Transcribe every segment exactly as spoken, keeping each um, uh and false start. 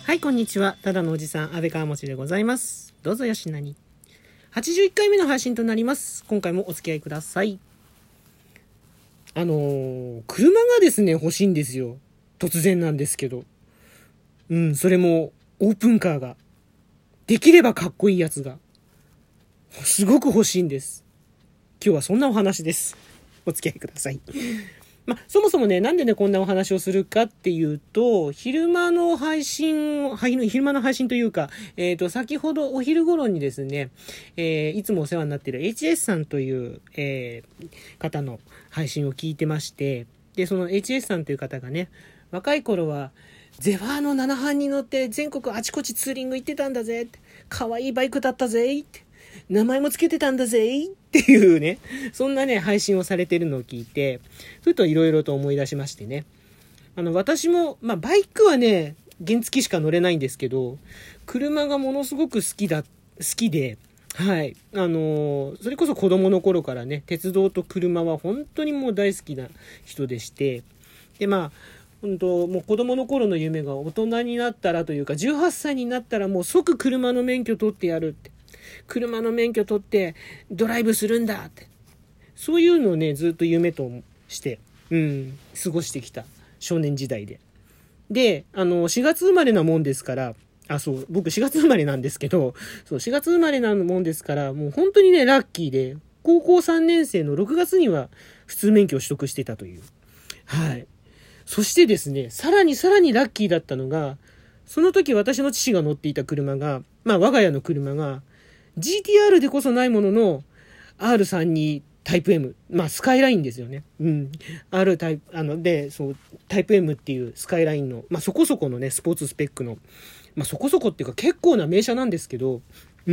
はい、こんにちは。ただのおじさん、安倍川持でございます。どうぞよしなに。はちじゅういっかいめの配信となります。今回もお付き合いください。あのー、車がですね、欲しいんですよ。突然なんですけど。うん、それも、オープンカーが。できればかっこいいやつが。すごく欲しいんです。今日はそんなお話です。お付き合いください。まあ、そもそもね、なんでね、こんなお話をするかっていうと、昼間の配信、昼間の配信というか、えっと、先ほどお昼頃にですね、えー、いつもお世話になっている エイチエス さんという、えー、方の配信を聞いてまして、で、その エイチエス さんという方がね、若い頃は、ゼファーのなな班に乗って全国あちこちツーリング行ってたんだぜって、可愛いバイクだったぜって、名前もつけてたんだぜっていうね、そんなね、配信をされてるのを聞いて、ふといろいろと思い出しましてね。あの、私も、まあ、バイクはね、原付しか乗れないんですけど、車がものすごく好きだ、好きで、はい。あのー、それこそ子供の頃からね、鉄道と車は本当にもう大好きな人でして、で、まあ、本当もう子供の頃の夢が大人になったらというか、じゅうはっさいになったらもう即車の免許取ってやるって。車の免許取ってドライブするんだって。そういうのをね、ずっと夢として、うん、過ごしてきた少年時代で。で、あの、しがつ生まれなもんですから、あ、そう、僕しがつ生まれなんですけど、そう、しがつ生まれなもんですから、もう本当にね、ラッキーで、高校さんねん生のろくがつには普通免許を取得してたという。はい。そしてですね、さらにさらにラッキーだったのが、その時私の父が乗っていた車が、まあ我が家の車が、ジーティーアール でこそないものの アールさんじゅうに タイプ M。まあスカイラインですよね。うん。R タイプ、あの、で、そう、タイプ M っていうスカイラインの、まあそこそこのね、スポーツスペックの、まあそこそこっていうか結構な名車なんですけど、うん。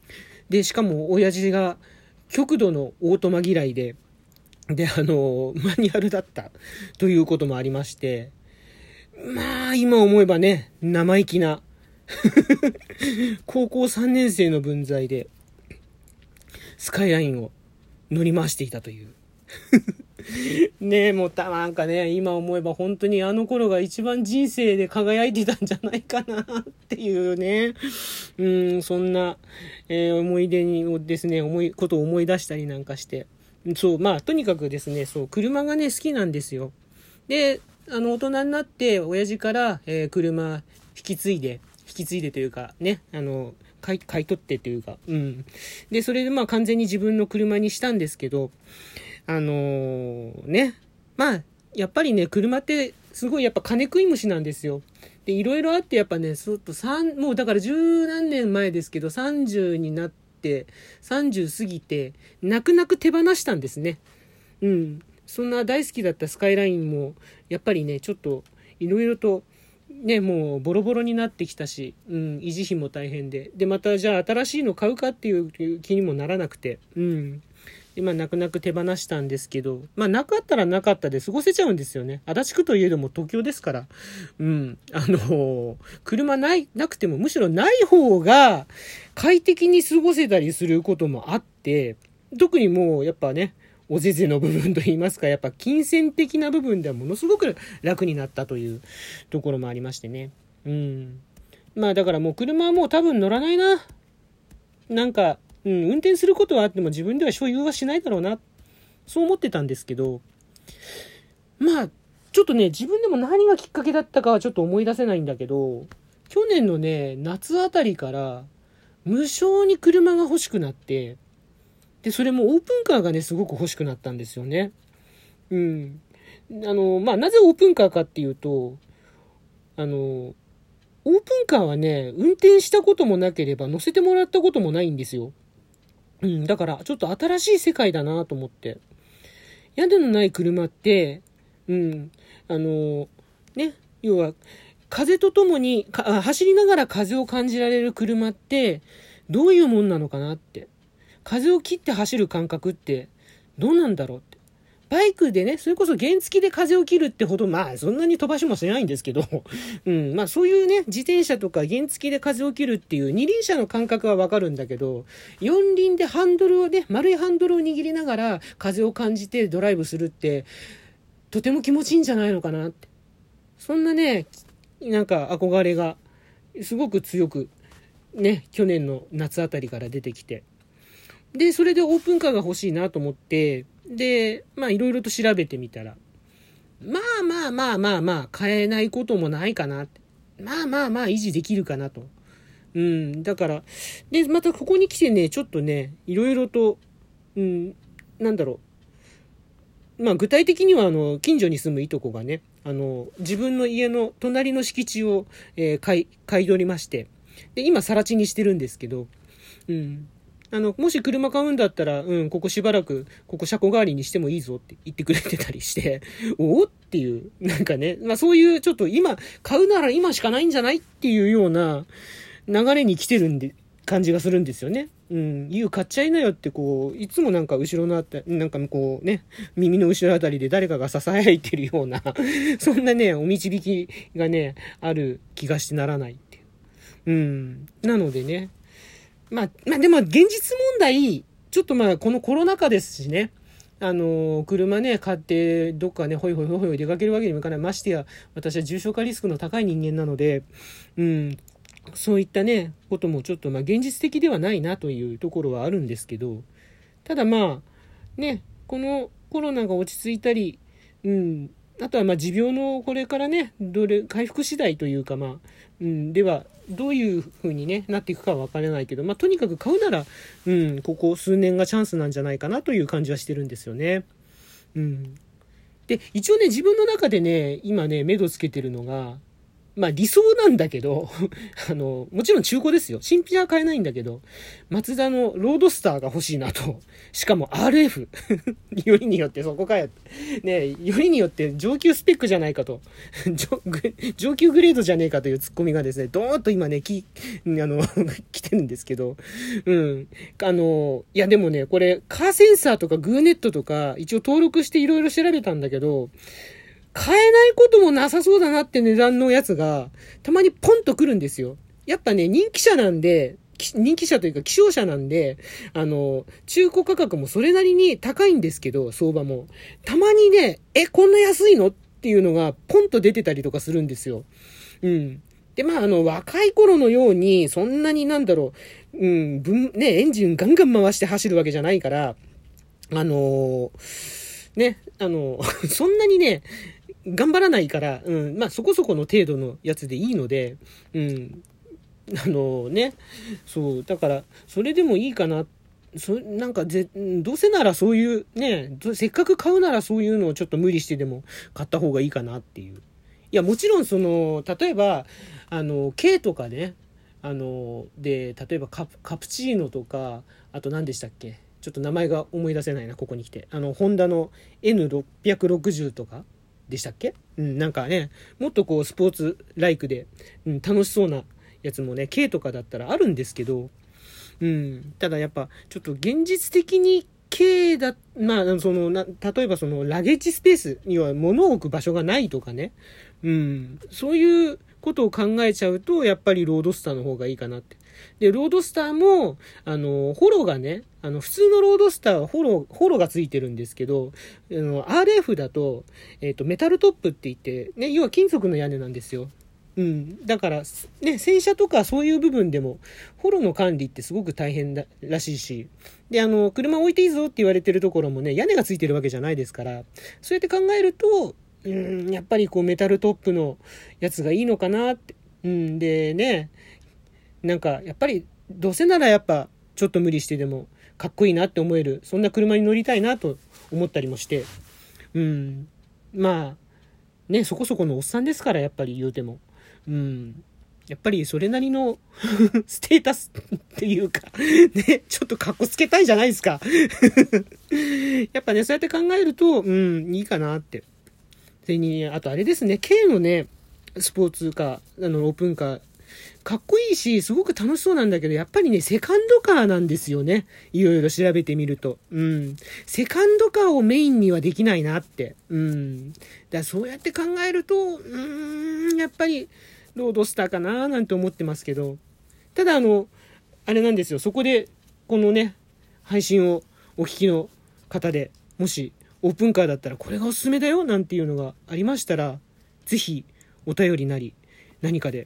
で、しかも親父が極度のオートマ嫌いで、で、あの、マニュアルだったということもありまして、まあ、今思えばね、生意気な、高校さんねん生の分際で、スカイラインを乗り回していたという。ねえ、もうた、なんかね、今思えば本当にあの頃が一番人生で輝いてたんじゃないかなっていうね。うん、そんな、えー、思い出にですね、思い、ことを思い出したりなんかして。そう、まあ、とにかくですね、そう、車がね、好きなんですよ。で、あの、大人になって、親父から、えー、車、引き継いで、引き継いでというか、ね、あの、買い、買い取ってというか、うん。で、それでまあ、完全に自分の車にしたんですけど、あのー、ね、まあ、やっぱりね、車って、すごいやっぱ金食い虫なんですよ。で、いろいろあって、やっぱね、ちょっと三、もうだから十何年前ですけど、さんじゅうになって、さんじゅう過ぎて、泣く泣く手放したんですね。うん。そんな大好きだったスカイラインも、やっぱりね、ちょっと、いろいろと、ね、もうボロボロになってきたし、うん、維持費も大変で。で、またじゃあ新しいの買うかっていう気にもならなくて、うん。今泣く泣く手放したんですけど、まあなかったらなかったで過ごせちゃうんですよね。足立区といえども東京ですから。うん。あの、車ない、なくてもむしろない方が快適に過ごせたりすることもあって、特にもうやっぱね、おぜぜの部分といいますか、やっぱ金銭的な部分ではものすごく楽になったというところもありましてね。うん。まあだからもう車はもう多分乗らないな。なんか、うん、運転することはあっても自分では所有はしないだろうな。そう思ってたんですけど、まあ、ちょっとね、自分でも何がきっかけだったかはちょっと思い出せないんだけど、去年のね、夏あたりから無償に車が欲しくなって、で、それもオープンカーがね、すごく欲しくなったんですよね。うん。あの、まあ、なぜオープンカーかっていうと、あの、オープンカーはね、運転したこともなければ乗せてもらったこともないんですよ。うん、だからちょっと新しい世界だなと思って。屋根のない車って、うん、あの、ね、要は、風とともにか、走りながら風を感じられる車って、どういうもんなのかなって。風を切って走る感覚ってどうなんだろうって。バイクでね、それこそ原付で風を切るってほど、まあそんなに飛ばしもしないんですけど、うん、まあそういうね、自転車とか原付で風を切るっていう二輪車の感覚はわかるんだけど、四輪でハンドルをね、丸いハンドルを握りながら風を感じてドライブするって、とても気持ちいいんじゃないのかなって。そんなね、なんか憧れがすごく強くね、去年の夏あたりから出てきて、でそれでオープンカーが欲しいなと思って、でまあいろいろと調べてみたら、まあまあまあまあまあ買えないこともないかなって、まあまあまあ維持できるかなと。うん、だからでまたここに来てね、ちょっとねいろいろと、うん、なんだろう、まあ具体的にはあの近所に住むいとこがね、あの自分の家の隣の敷地を、えー、買い買い取りまして、で今更地にしてるんですけど、うん、あのもし車買うんだったら、うん、ここしばらくここ車庫代わりにしてもいいぞって言ってくれてたりしておおっていう、なんかね、まあそういうちょっと今買うなら今しかないんじゃないっていうような流れに来てるんで感じがするんですよね。うん、言う買っちゃいなよってこういつもなんか後ろのあたり、なんかこうね、耳の後ろあたりで誰かが囁いてるようなそんなねお導きがねある気がしてならないっていう。うん、なのでね、まあまあでも現実問題、ちょっとまあこのコロナ禍ですしね、あの車ね買ってどっかねホイホイホイホイ出かけるわけにもいかない。ましてや私は重症化リスクの高い人間なので、うん、そういったねこともちょっとまあ現実的ではないなというところはあるんですけど、ただまあね、このコロナが落ち着いたり、うん、あとはまあ持病のこれからねどれ回復次第というか、まあ、うん、ではどういう風にねなっていくかは分からないけど、まあとにかく買うなら、うん、ここ数年がチャンスなんじゃないかなという感じはしてるんですよね。うん。で一応ね自分の中でね今ね目処つけてるのが、まあ理想なんだけどあのもちろん中古ですよ、新品は買えないんだけど、マツダのロードスターが欲しいなと。しかも アールエフ よりによってそこかよね、よりによって上級スペックじゃないかと上級グレードじゃねえかというツッコミがですねドーンと今ねきあの来てるんですけど、うんあのいやでもねこれカーセンサーとかグーネットとか一応登録していろいろ調べたんだけど、買えないこともなさそうだなって値段のやつがたまにポンと来るんですよ。やっぱね人気車なんで、人気車というか希少車なんで、あの中古価格もそれなりに高いんですけど、相場もたまにね、えこんな安いのっていうのがポンと出てたりとかするんですよ。うんでまああの若い頃のようにそんなになんだろう、うん分ねエンジンガンガン回して走るわけじゃないから、あのー、ねあのそんなにね頑張らないから、うん、まあそこそこの程度のやつでいいので、うん、あのね、そうだからそれでもいいかな。そなんかぜどうせならそういうね、せっかく買うならそういうのをちょっと無理してでも買った方がいいかなっていう。いやもちろんその例えばあの K とかね、あので例えばカプ、カプチーノとか、あと何でしたっけ、ちょっと名前が思い出せないなここに来て、あのホンダの エヌろっぴゃくろくじゅう とかでしたっけ、うん、なんかねもっとこうスポーツライクで、うん、楽しそうなやつもね K とかだったらあるんですけど、うん、ただやっぱちょっと現実的に K だ、まあそのな例えばそのラゲッジスペースには物を置く場所がないとかね、うん、そういうことを考えちゃうとやっぱりロードスターの方がいいかなって。でロードスターもあのホロがね、あの普通のロードスターはホロホロがついてるんですけど、あの アールエフ だと、えーとメタルトップって言ってね、要は金属の屋根なんですよ。うん、だからね洗車とかそういう部分でもホロの管理ってすごく大変だらしいし、であの車置いていいぞって言われてるところもね屋根がついてるわけじゃないですから、そうやって考えると、うん、やっぱりこうメタルトップのやつがいいのかなって。うん、でね、なんかやっぱりどうせならやっぱちょっと無理してでもかっこいいなって思えるそんな車に乗りたいなと思ったりもして、うん、まあねそこそこのおっさんですから、やっぱり言うても、うん、やっぱりそれなりのステータスっていうかね、ちょっとかっこつけたいじゃないですかやっぱねそうやって考えると、うんいいかなって。それにあとあれですね、K のねスポーツカー、あのオープンカーかっこいいしすごく楽しそうなんだけど、やっぱりねセカンドカーなんですよね。いろいろ調べてみると、うん、セカンドカーをメインにはできないなって、うん、だからそうやって考えると、うーんやっぱりロードスターかななんて思ってますけど、ただあのあれなんですよ、そこでこのね配信をお聞きの方でもしオープンカーだったらこれがおすすめだよなんていうのがありましたら、ぜひお便りなり何かで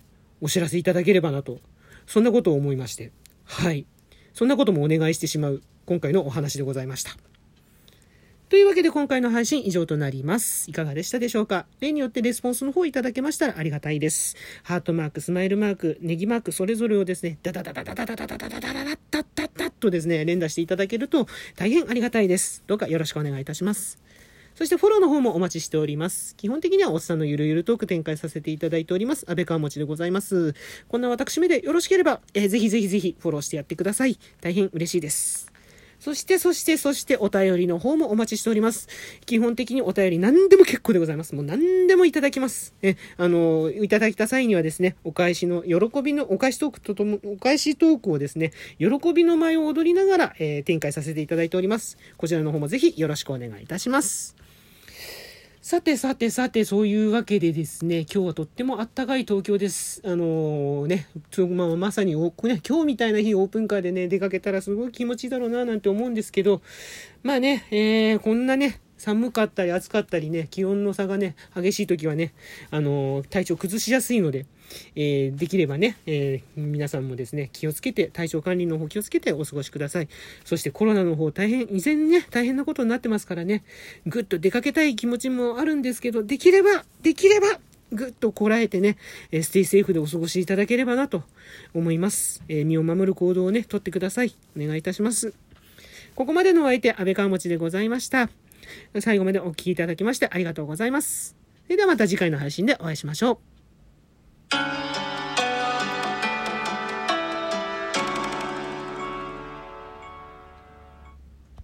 お知らせいただければなと、そんなことを思いまして、はい。そんなこともお願いしてしまう、今回のお話でございました。というわけで今回の配信以上となります。いかがでしたでしょうか。例によってレスポンスの方いただけましたらありがたいです。ハートマーク、スマイルマーク、ネギマーク、それぞれをですね、ダダダダダダダダダダダダダダダダダとですね、連打していただけると大変ありがたいです。どうかよろしくお願いいたします。そしてフォローの方もお待ちしております。基本的にはおっさんのゆるゆるトーク展開させていただいております。安倍川持でございます。こんな私めでよろしければ、えー、ぜひぜひぜひフォローしてやってください。大変嬉しいです。そして、そして、そして、お便りの方もお待ちしております。基本的にお便り何でも結構でございます。もう何でもいただきます。え、あの、いただいた際にはですね、お返しの、喜びの、お返しトークととも、お返しトークをですね、喜びの舞を踊りながら、えー、展開させていただいております。こちらの方もぜひよろしくお願いいたします。さてさてさて、そういうわけでですね、今日はとってもあったかい東京です。あのー、ね、まあ、まさに、ね、今日みたいな日オープンカーでね、出かけたらすごい気持ちいいだろうななんて思うんですけど、まあね、えー、こんなね、寒かったり暑かったりね、気温の差がね、激しい時はね、あのー、体調崩しやすいので、えー、できればね、えー、皆さんもですね、気をつけて、体調管理の方気をつけてお過ごしください。そしてコロナの方大変、依然ね、大変なことになってますからね、ぐっと出かけたい気持ちもあるんですけど、できれば、できれば、ぐっとこらえてね、えー、ステイセーフでお過ごしいただければなと思います。えー、身を守る行動をね、とってください。お願いいたします。ここまでのお相手、安倍川持でございました。最後までお聞きいただきましてありがとうございます。それではまた次回の配信でお会いしましょう。